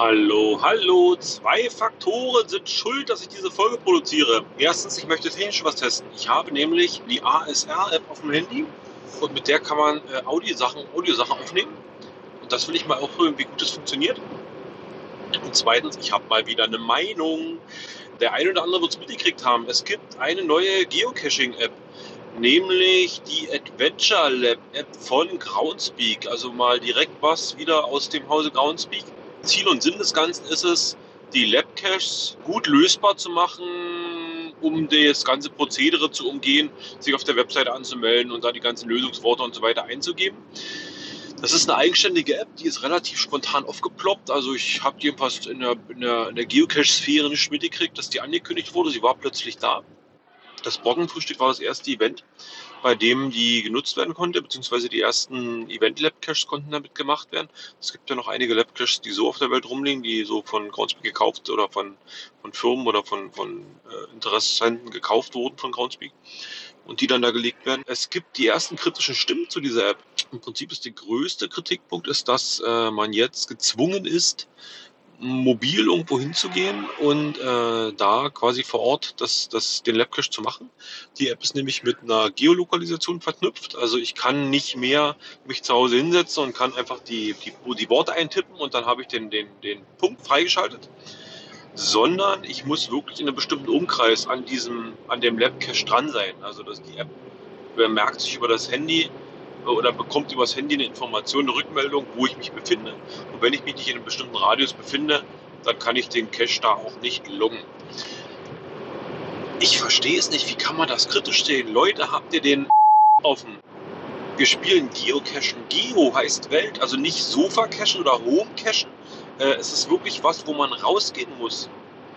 Hallo, hallo. Zwei Faktoren sind schuld, dass ich diese Folge produziere. Erstens, ich möchte technisch was testen. Ich habe nämlich die ASR-App auf dem Handy und mit der kann man Audiosachen aufnehmen. Und das will ich mal ausprobieren, wie gut das funktioniert. Und zweitens, ich habe mal wieder eine Meinung. Der eine oder andere wird es mitgekriegt haben. Es gibt eine neue Geocaching-App, nämlich die Adventure Lab App von Groundspeak. Also mal direkt was wieder aus dem Hause Groundspeak. Ziel und Sinn des Ganzen ist es, die Lab-Caches gut lösbar zu machen, um das ganze Prozedere zu umgehen, sich auf der Webseite anzumelden und da die ganzen Lösungsworte und so weiter einzugeben. Das ist eine eigenständige App, die ist relativ spontan aufgeploppt. Also ich habe die fast in der Geocache-Sphäre nicht mitgekriegt, dass die angekündigt wurde. Sie war plötzlich da. Das Borkenfrühstück war das erste Event, bei dem die genutzt werden konnte, beziehungsweise die ersten Event-Lab-Caches konnten damit gemacht werden. Es gibt ja noch einige Lab-Caches, die so auf der Welt rumliegen, die so von Groundspeak gekauft oder von Firmen oder von Interessenten gekauft wurden von Groundspeak und die dann da gelegt werden. Es gibt die ersten kritischen Stimmen zu dieser App. Im Prinzip ist der größte Kritikpunkt, ist, dass man jetzt gezwungen ist, mobil irgendwo hinzugehen und da quasi vor Ort den Labcache zu machen. Die App ist nämlich mit einer Geolokalisation verknüpft. Also ich kann nicht mehr mich zu Hause hinsetzen und kann einfach die Worte eintippen und dann habe ich den Punkt freigeschaltet, sondern ich muss wirklich in einem bestimmten Umkreis an dem Labcache dran sein. Also dass die App merkt sich über das Handy oder bekommt über das Handy eine Information, eine Rückmeldung, wo ich mich befinde. Und wenn ich mich nicht in einem bestimmten Radius befinde, dann kann ich den Cache da auch nicht loggen. Ich verstehe es nicht, wie kann man das kritisch sehen? Leute, habt ihr den offen? Wir spielen Geocachen. Geo heißt Welt, also nicht Sofa-Cachen oder Home-Cachen. Es ist wirklich was, wo man rausgehen muss.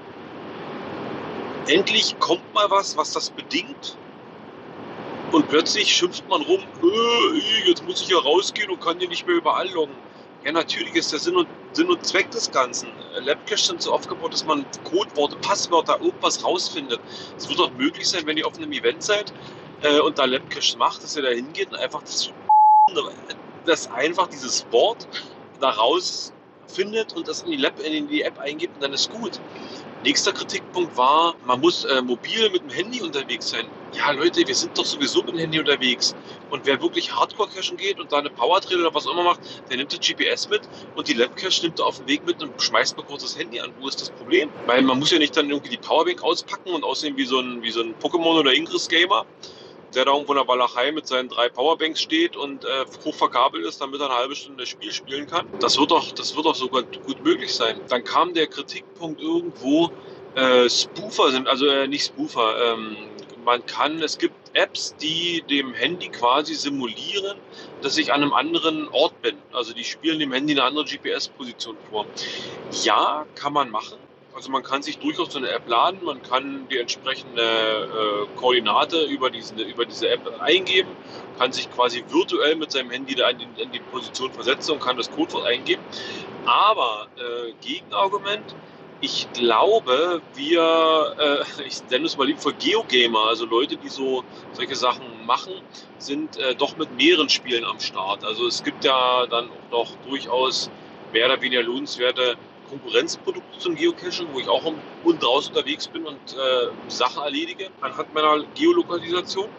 Endlich kommt mal was das bedingt. Und plötzlich schimpft man rum, jetzt muss ich ja rausgehen und kann hier nicht mehr überall loggen. Ja, natürlich ist der Sinn und Zweck des Ganzen. Labcaches sind so aufgebaut, dass man Codeworte, Passwörter, irgendwas rausfindet. Es wird auch möglich sein, wenn ihr auf einem Event seid und da Labcaches macht, dass ihr da hingeht und einfach das einfach dieses Wort da rausfindet und das in die App eingibt und dann ist gut. Nächster Kritikpunkt war, man muss mobil mit dem Handy unterwegs sein. Ja, Leute, wir sind doch sowieso mit dem Handy unterwegs. Und wer wirklich Hardcore-Cachen geht und da eine Powertrail oder was auch immer macht, der nimmt das GPS mit und die Lab-Cache nimmt er auf dem Weg mit und schmeißt mal kurz das Handy an. Wo ist das Problem? Weil man muss ja nicht dann irgendwie die Powerbank auspacken und aussehen wie so ein Pokémon- oder Ingress-Gamer, der da irgendwo in der Walachei mit seinen 3 Powerbanks steht und hoch verkabelt ist, damit er eine halbe Stunde das Spiel spielen kann. Das wird doch sogar gut möglich sein. Dann kam der Kritikpunkt irgendwo, Spoofer sind, also nicht Spoofer, es gibt Apps, die dem Handy quasi simulieren, dass ich an einem anderen Ort bin. Also die spielen dem Handy eine andere GPS-Position vor. Ja, kann man machen. Also man kann sich durchaus so eine App laden, man kann die entsprechende Koordinate über diese App eingeben, kann sich quasi virtuell mit seinem Handy da in die Position versetzen und kann das Codewort eingeben. Aber Gegenargument, ich glaube, ich nenne es mal liebevoll Geogamer, also Leute, die solche Sachen machen, sind doch mit mehreren Spielen am Start. Also es gibt ja dann auch noch durchaus mehr oder weniger lohnenswerte Konkurrenzprodukte zum Geocachen, wo ich auch im und draußen unterwegs bin und Sachen erledige anhand meiner Geolokalisation.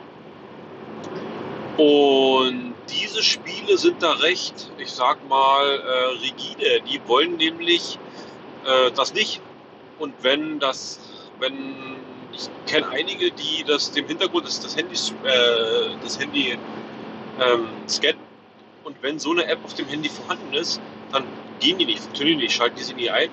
Und diese Spiele sind da recht, ich sag mal, rigide. Die wollen nämlich das nicht. Und ich kenne einige, die dem Hintergrund ist, das Handy scannen. Und wenn so eine App auf dem Handy vorhanden ist, dann funktionieren die nicht, schalten die sie nie ein.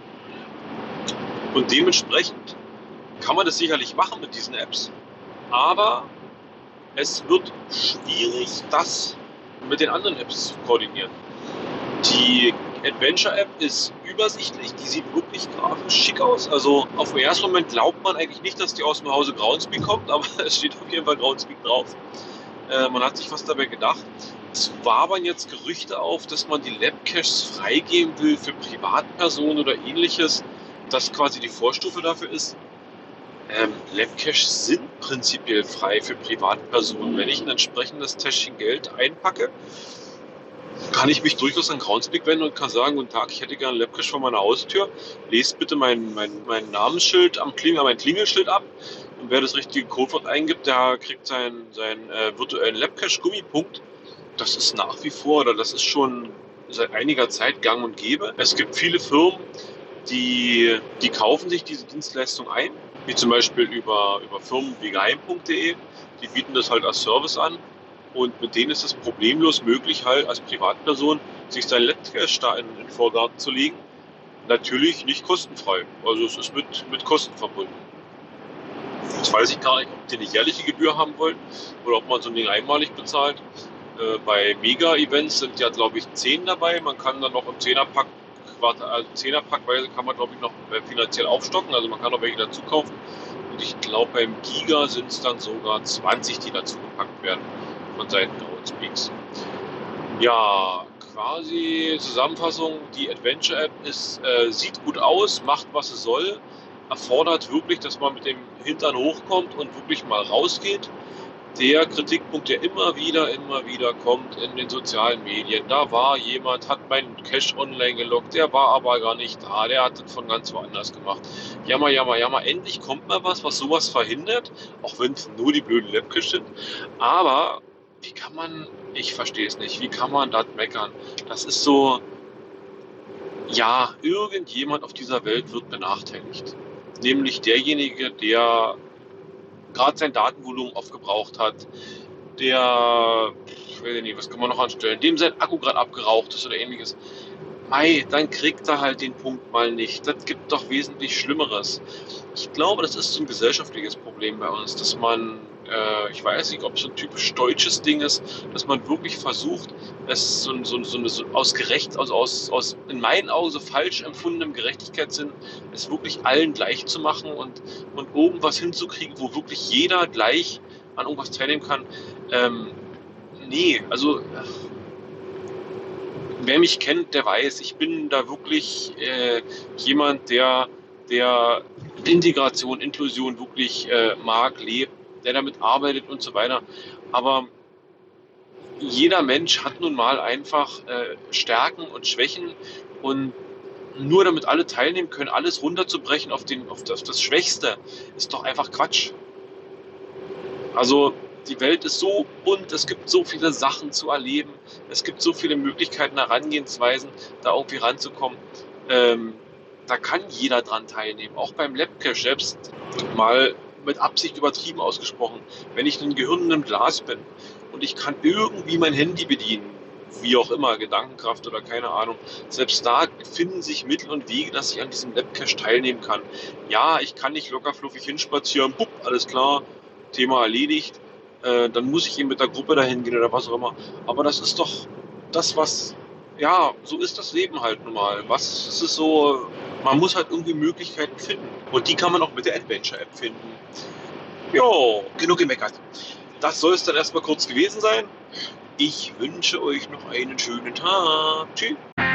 Und dementsprechend kann man das sicherlich machen mit diesen Apps. Aber es wird schwierig, das mit den anderen Apps zu koordinieren. Die Adventure-App ist übersichtlich, die sieht wirklich grafisch schick aus. Also auf den ersten Moment glaubt man eigentlich nicht, dass die aus dem Hause Groundspeak kommt, aber es steht auf jeden Fall Groundspeak drauf. Man hat sich was dabei gedacht. Es wabern jetzt Gerüchte auf, dass man die Labcaches freigeben will für Privatpersonen oder ähnliches, das quasi die Vorstufe dafür ist. Labcaches sind prinzipiell frei für Privatpersonen. Wenn ich ein entsprechendes Täschchen Geld einpacke, kann ich mich durchaus an Groundspeak wenden und kann sagen, guten Tag, ich hätte gerne einen Labcache vor meiner Haustür. Lest bitte mein Namensschild mein Klingelschild ab. Und wer das richtige Codewort eingibt, der kriegt seinen virtuellen Labcache-Gummipunkt. Das ist nach wie vor, oder das ist schon seit einiger Zeit gang und gäbe. Es gibt viele Firmen, die kaufen sich diese Dienstleistung ein, wie zum Beispiel über Firmen wie geheim.de. Die bieten das halt als Service an. Und mit denen ist es problemlos möglich, halt als Privatperson sich sein Labcache da in den Vorgarten zu legen. Natürlich nicht kostenfrei. Also es ist mit Kosten verbunden. Jetzt weiß ich gar nicht, ob die eine jährliche Gebühr haben wollen oder ob man so ein Ding einmalig bezahlt. Bei Mega-Events sind ja, glaube ich, 10 dabei. Man kann dann noch im 10er-Pack, also 10er-Packweise kann man, glaube ich, noch finanziell aufstocken. Also man kann noch welche dazu kaufen. Und ich glaube, beim Giga sind es dann sogar 20, die dazu gepackt werden von Seiten Groundspeaks. Ja, quasi Zusammenfassung, die Adventure-App sieht gut aus, macht, was sie soll, erfordert wirklich, dass man mit dem Hintern hochkommt und wirklich mal rausgeht. Der Kritikpunkt, der immer wieder kommt in den sozialen Medien, da war jemand, hat meinen Cache online gelockt, der war aber gar nicht da, der hat das von ganz woanders gemacht. Jammer, jammer, jammer, endlich kommt mal was sowas verhindert, auch wenn es nur die blöden Labcaches sind, aber wie kann man, ich verstehe es nicht, wie kann man das meckern? Das ist so, ja, irgendjemand auf dieser Welt wird benachteiligt. Nämlich derjenige, der gerade sein Datenvolumen aufgebraucht hat, der, ich weiß nicht, was kann man noch anstellen, dem sein Akku gerade abgeraucht ist oder ähnliches. Mei, dann kriegt er halt den Punkt mal nicht. Das gibt doch wesentlich Schlimmeres. Ich glaube, das ist so ein gesellschaftliches Problem bei uns, dass man, ich weiß nicht, ob es so ein typisch deutsches Ding ist, dass man wirklich versucht, es so aus in meinen Augen so falsch empfundenem Gerechtigkeitssinn, es wirklich allen gleich zu machen und irgendwas hinzukriegen, wo wirklich jeder gleich an irgendwas teilnehmen kann. Nee, also wer mich kennt, der weiß, ich bin da wirklich jemand, der Integration, Inklusion wirklich mag, lebt, der damit arbeitet und so weiter. Aber jeder Mensch hat nun mal einfach Stärken und Schwächen und nur damit alle teilnehmen können, alles runterzubrechen auf das Schwächste, ist doch einfach Quatsch. Also die Welt ist so bunt, es gibt so viele Sachen zu erleben, es gibt so viele Möglichkeiten, Herangehensweisen, da irgendwie ranzukommen. Da kann jeder dran teilnehmen, auch beim Labcache selbst, mal mit Absicht übertrieben ausgesprochen. Wenn ich ein Gehirn in einem Glas bin und ich kann irgendwie mein Handy bedienen, wie auch immer, Gedankenkraft oder keine Ahnung, selbst da finden sich Mittel und Wege, dass ich an diesem Labcache teilnehmen kann. Ja, ich kann nicht locker fluffig hinspazieren, bupp, alles klar, Thema erledigt. Dann muss ich eben mit der Gruppe dahin gehen oder was auch immer. Aber das ist doch das, was, ja, so ist das Leben halt nun mal. Es ist so, man muss halt irgendwie Möglichkeiten finden. Und die kann man auch mit der Adventure-App finden. Jo, genug gemeckert. Das soll es dann erstmal kurz gewesen sein. Ich wünsche euch noch einen schönen Tag. Tschüss.